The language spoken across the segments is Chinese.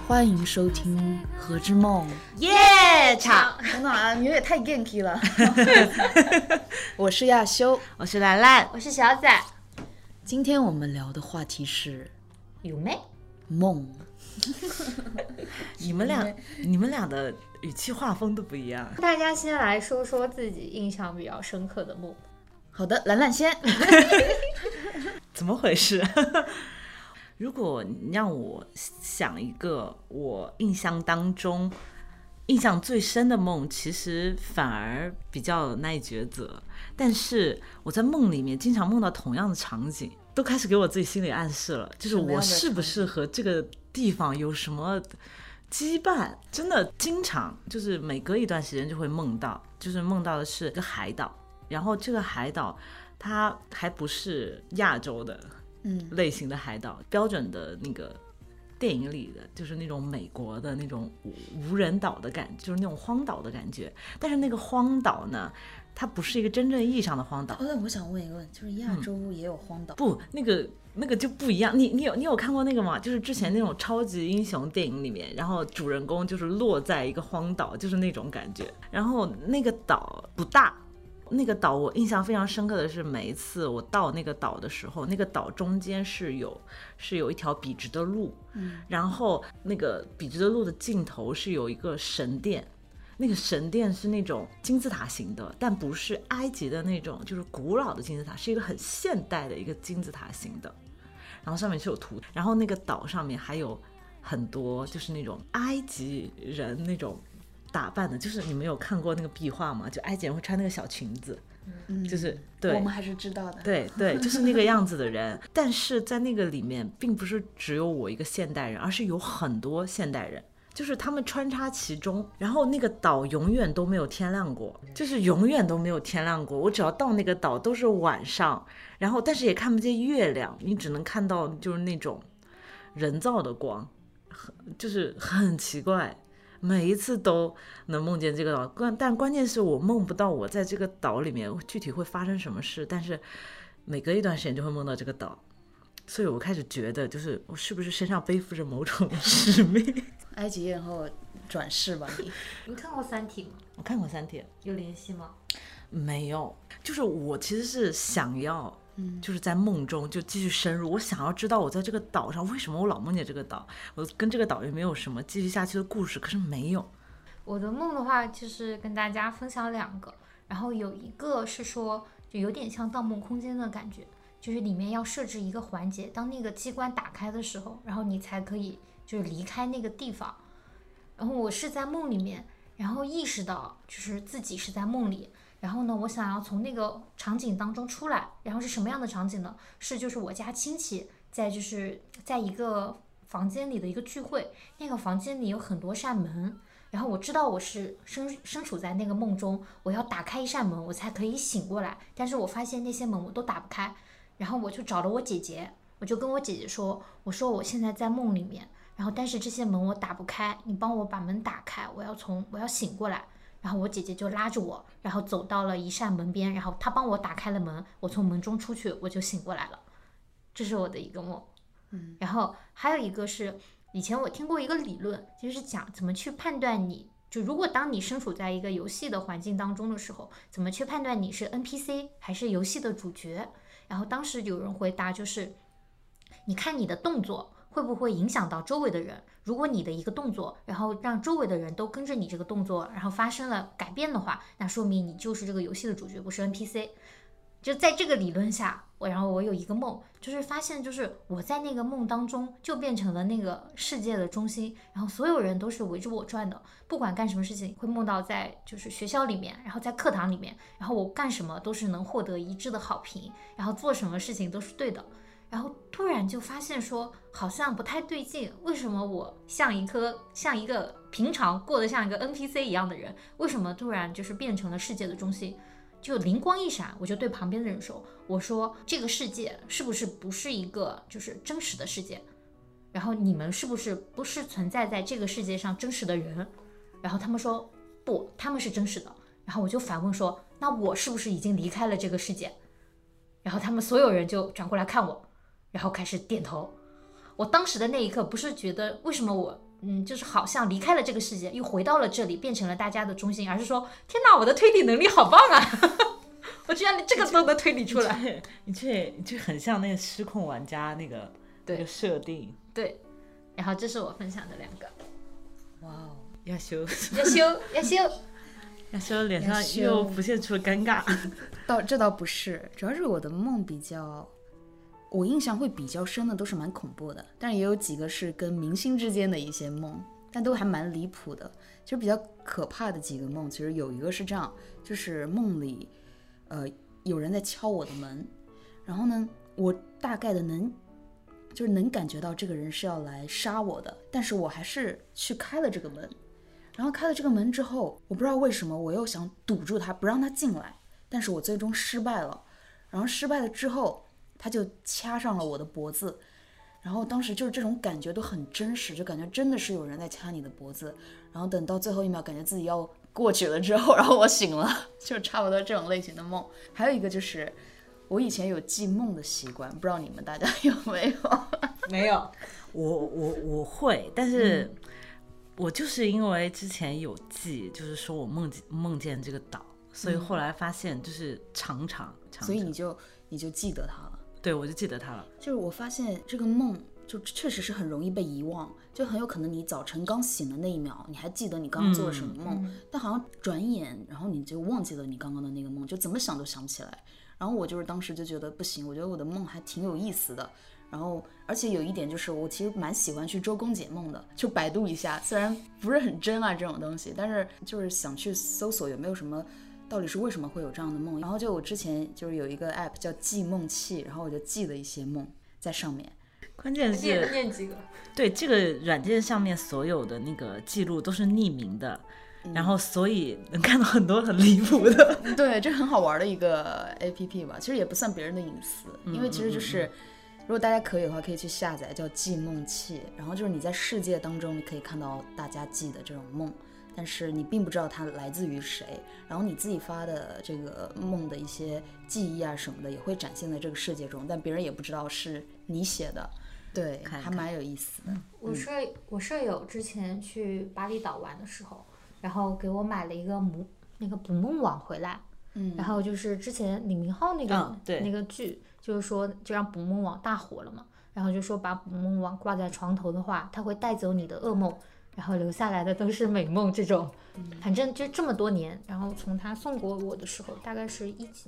欢迎收听何之梦夜场。 真的啊，你也太 ganky 了。我是亚修， 我是兰兰， 我是小仔。 今天我们聊的话题是有妹梦。 你们俩的语气画风都不一样。 大家先来说说自己印象比较深刻的梦。 好的，兰兰先。 怎么回事？如果你让我想一个我印象当中印象最深的梦，其实反而比较难以抉择。但是我在梦里面经常梦到同样的场景，都开始给我自己心理暗示了，就是我是不是和这个地方有什么羁绊。真的经常就是每隔一段时间就会梦到，就是梦到的是一个海岛，然后这个海岛它还不是亚洲的类型的海岛，标准的那个电影里的就是那种美国的那种无人岛的感觉，就是那种荒岛的感觉。但是那个荒岛呢，它不是一个真正意义上的荒岛。 我想问一问，就是亚洲也有荒岛？ 不，那个就不一样。你有看过那个吗？就是之前那种超级英雄电影里面，然后主人公就是落在一个荒岛，就是那种感觉。然后那个岛不大。那个岛我印象非常深刻的是，每一次我到那个岛的时候，那个岛中间是有一条笔直的路，然后那个笔直的路的尽头是有一个神殿，那个神殿是那种金字塔型的，但不是埃及的那种就是古老的金字塔，是一个很现代的一个金字塔型的，然后上面是有图，然后那个岛上面还有很多就是那种埃及人那种打扮的，就是你们有看过那个壁画吗？就埃及人会穿那个小裙子，就是对， 我们还是知道的。 对对，就是那个样子的人。但是在那个里面，并不是只有我一个现代人，而是有很多现代人，就是他们穿插其中。然后那个岛永远都没有天亮过，就是永远都没有天亮过。我只要到那个岛都是晚上，然后但是也看不见月亮，你只能看到就是那种人造的光，就是很奇怪。每一次都能梦见这个岛，但关键是我梦不到我在这个岛里面具体会发生什么事，但是每隔一段时间就会梦到这个岛，所以我开始觉得就是我是不是身上背负着某种使命。 埃及艳后转世吧你看过《三体》吗？ 我看过《三体》。 有联系吗？ 没有，就是我其实是想要就是在梦中就继续深入，我想要知道我在这个岛上为什么我老梦见这个岛，我跟这个岛有没有什么继续下去的故事，可是没有。 我的梦的话就是跟大家分享2个，然后有一个是说就有点像《盗梦空间》的感觉，就是里面要设置一个环节，当那个机关打开的时候，然后你才可以就是离开那个地方。然后我是在梦里面，然后意识到就是自己是在梦里，然后呢我想要从那个场景当中出来，然后是什么样的场景呢？是就是我家亲戚在一个房间里的一个聚会，那个房间里有很多扇门，然后我知道我是身处在那个梦中，我要打开一扇门我才可以醒过来，但是我发现那些门我都打不开，然后我就找了我姐姐，我就跟我姐姐说，我说我现在在梦里面，然后但是这些门我打不开，你帮我把门打开，我要醒过来。然后我姐姐就拉着我，然后走到了一扇门边，然后她帮我打开了门，我从门中出去，我就醒过来了。这是我的一个梦。然后还有一个是以前我听过一个理论，就是讲怎么去判断你就如果当你身处在一个游戏的环境当中的时候，怎么去判断你是 NPC 还是游戏的主角。然后当时有人回答就是你看你的动作会不会影响到周围的人，如果你的一个动作然后让周围的人都跟着你这个动作然后发生了改变的话，那说明你就是这个游戏的主角，不是 NPC。 就在这个理论下，然后我有一个梦，就是发现就是我在那个梦当中就变成了那个世界的中心，然后所有人都是围着我转的，不管干什么事情，会梦到在就是学校里面，然后在课堂里面，然后我干什么都是能获得一致的好评，然后做什么事情都是对的。然后突然就发现说好像不太对劲，为什么我像一个平常过得像一个 NPC 一样的人，为什么突然就是变成了世界的中心？就灵光一闪，我就对旁边的人说，我说这个世界是不是一个就是真实的世界，然后你们是不是存在在这个世界上真实的人？然后他们说不，他们是真实的。然后我就反问说，那我是不是已经离开了这个世界？然后他们所有人就转过来看我，然后开始点头。我当时的那一刻不是觉得为什么我就是好像离开了这个世界，又回到了这里，变成了大家的中心，而是说天哪，我的推理能力好棒啊！我居然连这个都能推理出来。 你这很像那个失控玩家那个设定。 对，然后这是我分享的2个。 哇哦，亚修脸上又浮现出了尴尬。 这倒不是，主要是我的梦比较，我印象会比较深的都是蛮恐怖的，但是也有几个是跟明星之间的一些梦，但都还蛮离谱的。其实比较可怕的几个梦，其实有一个是这样，就是梦里有人在敲我的门，然后呢我大概的能感觉到这个人是要来杀我的，但是我还是去开了这个门。然后开了这个门之后，我不知道为什么我又想堵住他，不让他进来，但是我最终失败了。然后失败了之后，他就掐上了我的脖子，然后当时就是这种感觉都很真实，就感觉真的是有人在掐你的脖子。然后等到最后一秒，感觉自己要过去了之后，然后我醒了，就差不多这种类型的梦。还有一个就是我以前有记梦的习惯，不知道你们大家有没有？ 没有， 我会，但是我就是因为之前有记，就是说我梦见这个岛，所以后来发现就是常常， 所以你就记得它了。 对，我就记得它了。 就是我发现这个梦就确实是很容易被遗忘，就很有可能你早晨刚醒的那一秒，你还记得你刚刚做了什么梦，但好像转眼，然后你就忘记了你刚刚的那个梦，就怎么想都想不起来。然后我就是当时就觉得不行，我觉得我的梦还挺有意思的。然后而且有一点就是我其实蛮喜欢去周公解梦的，就百度一下，虽然不是很真啊这种东西，但是就是想去搜索有没有什么到底是为什么会有这样的梦。然后就我之前就是有一个 app 叫记梦器，然后我就记了一些梦在上面。 关键是念几个？ 对，这个软件上面所有的那个记录都是匿名的，然后所以能看到很多很离谱的。 对，这很好玩的一个 app 吧，其实也不算别人的隐私，因为其实就是如果大家可以的话，可以去下载叫记梦器，然后就是你在世界当中你可以看到大家记的这种梦，但是你并不知道它来自于谁，然后你自己发的这个梦的一些记忆啊什么的也会展现在这个世界中，但别人也不知道是你写的。对，还蛮有意思的。 我舍友之前去巴厘岛玩的时候，然后给我买了一个那个捕梦网回来，然后就是之前李明浩那个剧，就是说就让捕梦网大火了嘛，然后就说把捕梦网挂在床头的话，它会带走你的噩梦，然后留下来的都是美梦这种。反正就这么多年，然后从他送给我的时候，大概是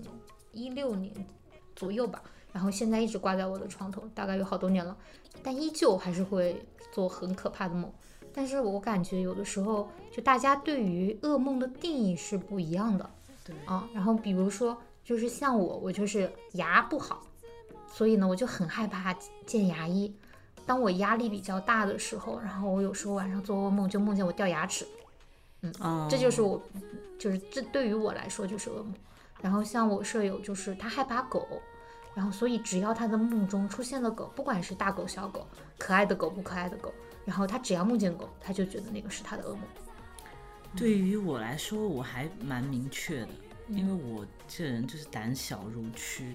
16年左右吧，然后现在一直挂在我的床头，大概有好多年了，但依旧还是会做很可怕的梦。但是我感觉有的时候就大家对于噩梦的定义是不一样的。 对然后比如说就是像我就是牙不好，所以呢我就很害怕见牙医。当我压力比较大的时候，然后我有时候晚上做噩梦就梦见我掉牙齿，这就是这对于我来说就是噩梦。然后像我舍友就是他害怕狗，然后所以只要他的梦中出现了狗，不管是大狗小狗，可爱的狗不可爱的狗，然后他只要梦见狗，他就觉得那个是他的噩梦。 对于我来说我还蛮明确的，因为我这人就是胆小如蛆。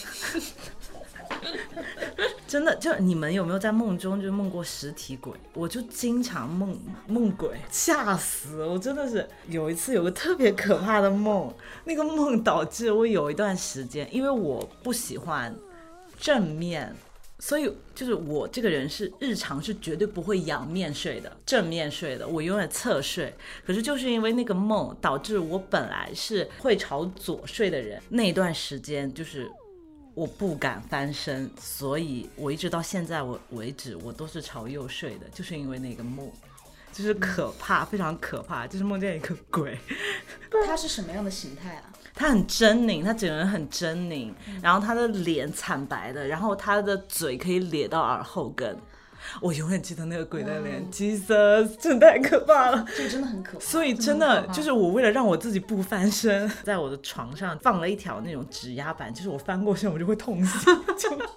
真的，就你们有没有在梦中就梦过实体鬼？我就经常梦鬼，吓死我！真的是有一次有个特别可怕的梦，那个梦导致我有一段时间，因为我不喜欢正面，所以就是我这个人是日常是绝对不会仰面睡的，正面睡的，我永远侧睡。可是就是因为那个梦导致我本来是会朝左睡的人，那段时间就是我不敢翻身，所以我一直到现在为止我都是朝右睡的，就是因为那个梦就是可怕，非常可怕，就是梦见一个鬼。 他是什么样的形态啊？ 他很狰狞，他整个人很狰狞，然后他的脸惨白的，然后他的嘴可以咧到耳后根。我永远记得那个鬼的脸，Jesus， 真的太可怕了， 这真的很可怕。 所以真的就是我为了让我自己不翻身，在我的床上放了一条那种指压板，就是我翻过身我就会痛死。做的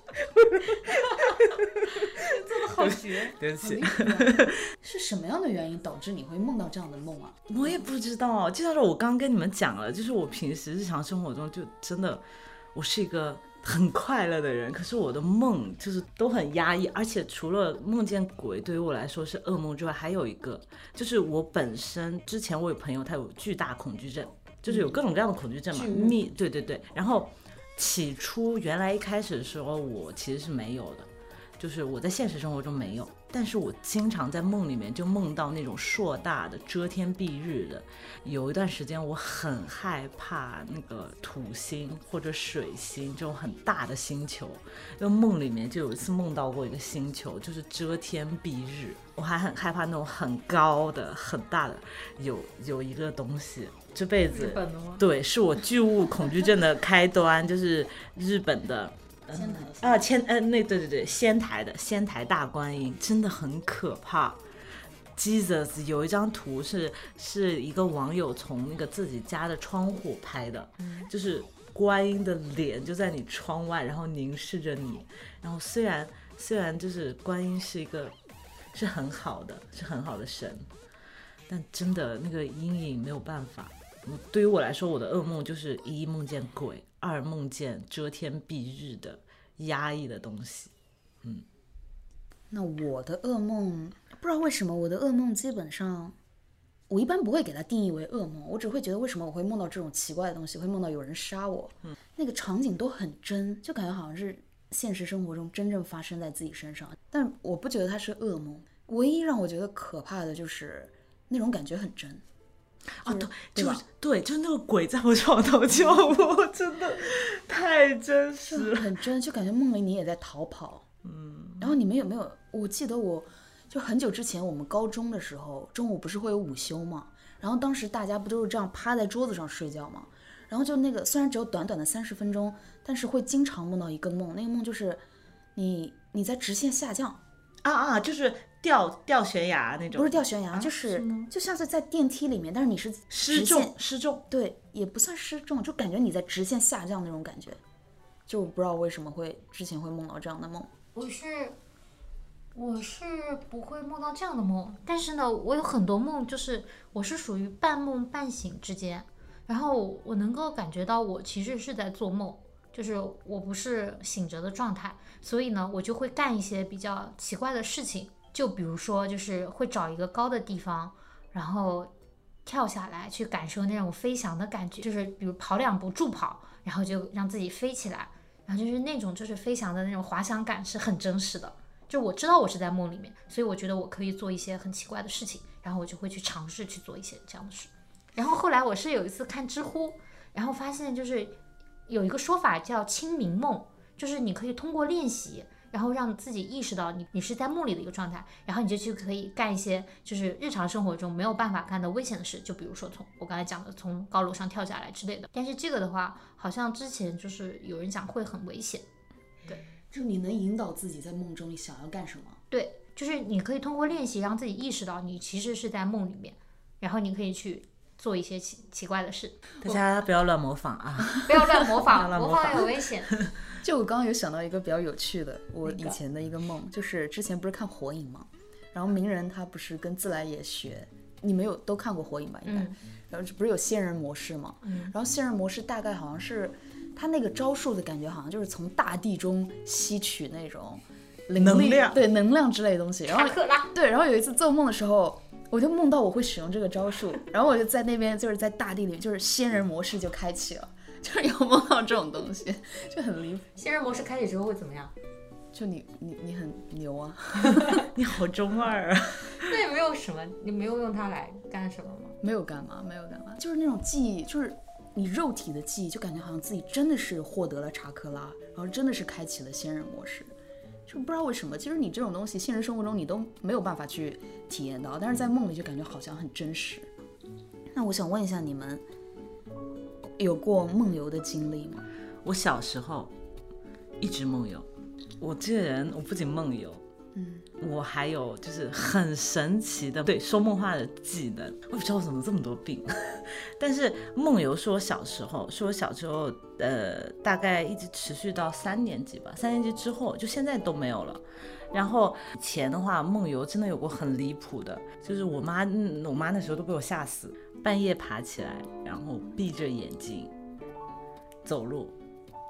好绝， 对不起。 是什么样的原因导致你会梦到这样的梦啊？ 我也不知道，就像是我刚跟你们讲了，就是我平时日常生活中就真的，我是一个很快乐的人，可是我的梦就是都很压抑，而且除了梦见鬼对于我来说是噩梦之外，还有一个就是我本身之前我有朋友他有巨大恐惧症，就是有各种各样的恐惧症嘛，对对对，然后起初原来一开始的时候我其实是没有的，就是我在现实生活中没有，但是我经常在梦里面就梦到那种硕大的遮天蔽日的。有一段时间我很害怕那个土星或者水星这种很大的星球，因为梦里面就有一次梦到过一个星球就是遮天蔽日，我还很害怕那种很高的很大的有一个东西，这辈子日本的吗？ 对，是我巨物恐惧症的开端，就是日本的对，仙台大观音真的很可怕。Jesus 有一张图是一个网友从那个自己家的窗户拍的，就是观音的脸就在你窗外，然后凝视着你，然后虽然就是观音是很好的神，但真的那个阴影没有办法。对于我来说，我的噩梦就是一梦见鬼，二梦见遮天蔽日的压抑的东西。 那我的噩梦不知道为什么，我的噩梦基本上我一般不会给它定义为噩梦，我只会觉得为什么我会梦到这种奇怪的东西，会梦到有人杀我，那个场景都很真，就感觉好像是现实生活中真正发生在自己身上，但我不觉得它是噩梦。唯一让我觉得可怕的就是那种感觉很真啊，对，就是那个鬼在我床头救我，真的太真实了， 很真，就感觉梦里你也在逃跑。然后你们有没有？我记得我就很久之前，我们高中的时候，中午不是会有午休嘛？然后当时大家不都是这样趴在桌子上睡觉嘛？然后就那个虽然只有短短的30分钟，但是会经常梦到一个梦，那个梦就是你在直线下降就是掉悬崖那种， 不是掉悬崖，就是就像是在电梯里面，但是你是失重， 对，也不算失重，就感觉你在直线下降那种感觉。就我不知道为什么之前会梦到这样的梦。 我是不会梦到这样的梦，但是呢，我有很多梦，就是我是属于半梦半醒之间，然后我能够感觉到我其实是在做梦，就是我不是醒着的状态，所以呢，我就会干一些比较奇怪的事情，就比如说就是会找一个高的地方，然后跳下来去感受那种飞翔的感觉，就是比如跑2步助跑，然后就让自己飞起来，然后就是那种就是飞翔的那种滑翔感是很真实的。就我知道我是在梦里面，所以我觉得我可以做一些很奇怪的事情，然后我就会去尝试去做一些这样的事。然后后来我是有一次看知乎，然后发现就是有一个说法叫清明梦，就是你可以通过练习，然后让自己意识到你是在梦里的一个状态，然后你就去可以干一些就是日常生活中没有办法干的危险的事，就比如说从我刚才讲的从高楼上跳下来之类的。但是这个的话，好像之前就是有人讲会很危险。对， 就你能引导自己在梦中你想要干什么？ 对，就是你可以通过练习让自己意识到你其实是在梦里面，然后你可以去做一些奇怪的事。 大家不要乱模仿啊！ 不要乱模仿，模仿有危险。 就我刚刚有想到一个比较有趣的，我以前的一个梦，就是之前不是看火影吗？然后鸣人他不是跟自来也学，你们都看过火影吧？应该。然后不是有仙人模式吗？然后仙人模式大概好像是他那个招数的感觉，好像就是从大地中吸取那种能量， 对能量之类的东西。然后克拉， 对，然后有一次做梦的时候，我就梦到我会使用这个招数，然后我就在那边就是在大地里，就是仙人模式就开启了。就是有梦到这种东西，就很离谱。 仙人模式开启之后会怎么样？ 就你很牛啊！ 你好中二啊！ 那也没有什么，你没有用它来干什么吗？ 没有干嘛，就是那种记忆，就是你肉体的记忆，就感觉好像自己真的是获得了查克拉，然后真的是开启了仙人模式。就不知道为什么，其实你这种东西，现实生活中你都没有办法去体验到，但是在梦里就感觉好像很真实。那我想问一下你们，有过梦游的经历吗？ 我小时候一直梦游，我这个人我不仅梦游，我还有就是很神奇的说梦话的技能。我不知道我怎么这么多病，但是梦游是我小时候大概一直持续到3年级吧，3年级之后就现在都没有了。然后以前的话梦游真的有过很离谱的，就是我妈那时候都被我吓死，半夜爬起来然后闭着眼睛走路，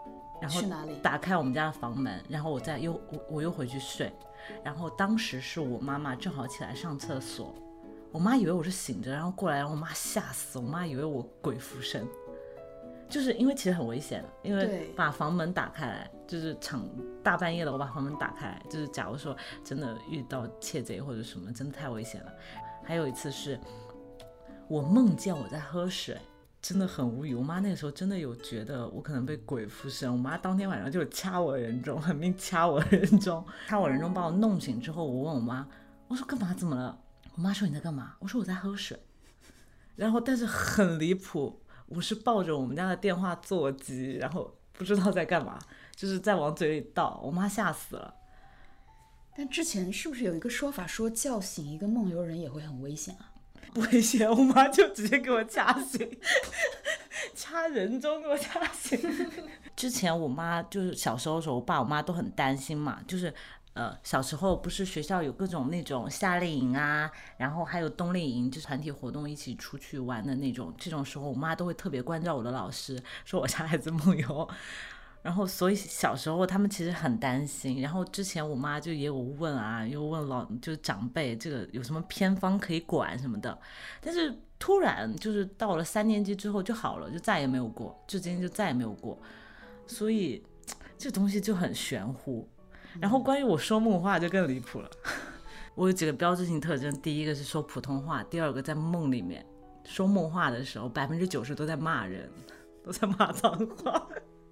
然后去哪里？ 打开我们家的房门，然后我又回去睡。然后当时是我妈妈正好起来上厕所，我妈以为我是醒着，然后过来，然后我妈吓死，我妈以为我鬼附身。就是因为其实很危险，因为把房门打开来，就是大半夜的我把房门打开来，就是假如说真的遇到窃贼或者什么，真的太危险了。还有一次是我梦见我在喝水，真的很无语。我妈那个时候真的有觉得我可能被鬼附身，我妈当天晚上就掐我人中，狠命掐我人中，掐我人中把我弄醒之后，我问我妈，我说干嘛，怎么了？我妈说你在干嘛？我说我在喝水。然后但是很离谱，我是抱着我们家的电话座机，然后不知道在干嘛，就是在往嘴里倒，我妈吓死了。 但之前是不是有一个说法说叫醒一个梦游人也会很危险啊？ 危险，我妈就直接给我掐醒，掐人中给我掐醒。之前我妈就是小时候的时候，我爸我妈都很担心嘛，就是小时候不是学校有各种那种夏令营啊，然后还有冬令营，就是团体活动一起出去玩的那种，这种时候我妈都会特别关照我的老师，说我家孩子梦游。然后所以小时候他们其实很担心，然后之前我妈就也有问啊，又问就是长辈这个有什么偏方可以管什么的，但是突然就是到了3年级之后就好了，就再也没有过，至今就再也没有过，所以这东西就很玄乎。然后关于我说梦话就更离谱了，我有几个标志性特征，第一个是说普通话，第二个在梦里面说梦话的时候90%都在骂人，都在骂脏话。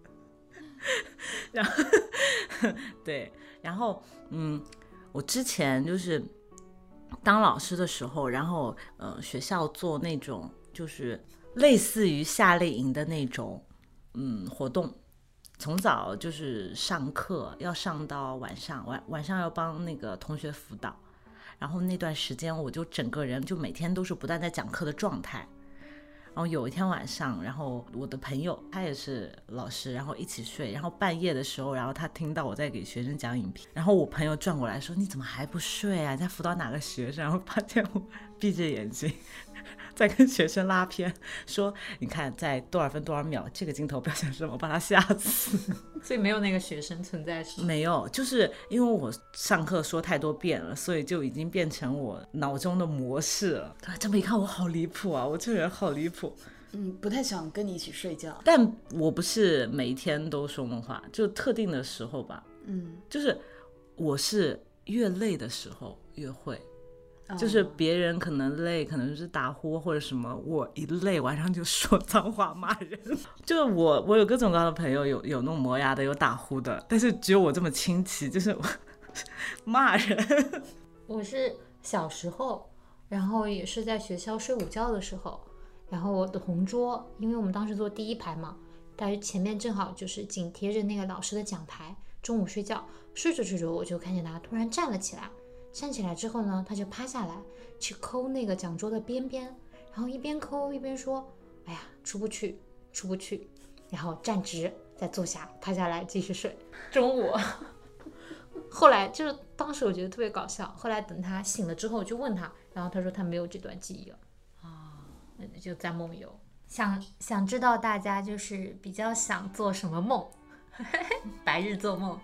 然后对，然后我之前就是当老师的时候，然后学校做那种就是类似于夏令营的那种活动，从早就是上课要上到晚上，晚上要帮那个同学辅导，然后那段时间我就整个人就每天都是不断在讲课的状态。然后有一天晚上，然后我的朋友他也是老师，然后一起睡，然后半夜的时候，然后他听到我在给学生讲影评，然后我朋友转过来说你怎么还不睡啊，你在辅导哪个学生？然后发现我闭着眼睛在跟学生拉片，说你看在多少分多少秒这个镜头表现什么，把他吓死。 所以没有那个学生存在是吗？ 没有，就是因为我上课说太多遍了，所以就已经变成我脑中的模式了。这么一看我好离谱啊，我这人好离谱。 不太想跟你一起睡觉。 但我不是每一天都说梦话，就特定的时候吧。就是我是越累的时候越会。就是别人可能累，可能是打呼或者什么，我一累晚上就说脏话骂人。就是我有各种各样的朋友，有那种磨牙的，有打呼的，但是只有我这么清奇，就是骂人。 我是小时候，然后也是在学校睡午觉的时候，然后我的同桌，因为我们当时坐第一排嘛，但是前面正好就是紧贴着那个老师的讲台，中午睡觉，睡着睡着我就看见他突然站了起来。站起来之后呢，他就趴下来去抠那个讲桌的边边，然后一边抠一边说哎呀出不去，然后站直再坐下，趴下来继续睡。中午后来就是当时我觉得特别搞笑，后来等他醒了之后就问他，然后他说他没有这段记忆了就在梦游。想知道大家就是比较想做什么梦白日做梦。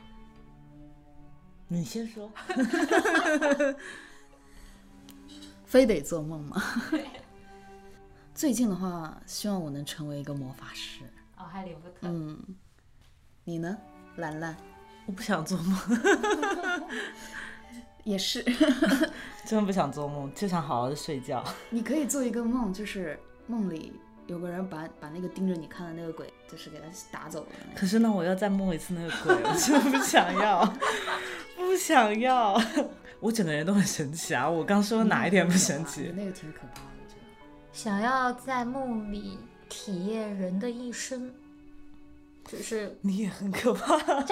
你先说。 非得做梦吗？最近的话希望我能成为一个魔法师。 哈利波特。 你呢兰兰？ 我不想做梦。 也是。 真的不想做梦，就想好好的睡觉。 你可以做一个梦，就是梦里有个人把那个盯着你看的那个鬼就是给他打走了。 可是呢我要再梦一次那个鬼，我真的不想要。不想要。我整个人都很神奇啊，我刚说哪一点不神奇？ 那个挺可怕的，我觉得。 想要在梦里体验人的一生，就是你也很可怕。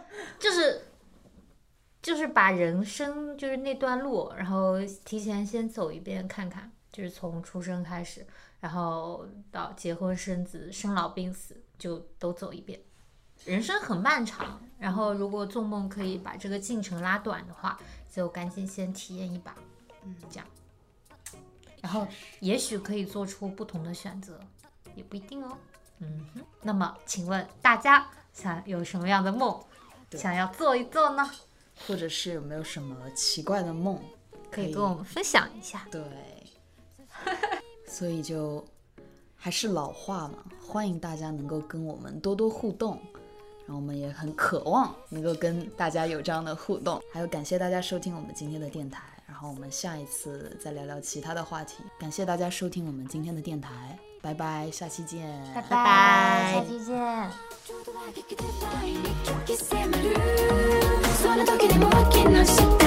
就是把人生就是那段路，然后提前先走一遍看看，就是从出生开始，然后到结婚生子、生老病死，就都走一遍。人生很漫长，然后如果做梦可以把这个进程拉短的话，就赶紧先体验一把，这样，然后也许可以做出不同的选择，也不一定哦。那么请问大家有什么样的梦对想要做一做呢？ 或者是有没有什么奇怪的梦可以跟我们分享一下。 对，所以就还是老话嘛，欢迎大家能够跟我们多多互动，然后我们也很渴望能够跟大家有这样的互动。还有感谢大家收听我们今天的电台，然后我们下一次再聊聊其他的话题。感谢大家收聽我們今天的電台，拜拜，下期見， 拜拜，下期见。 その時でも気のして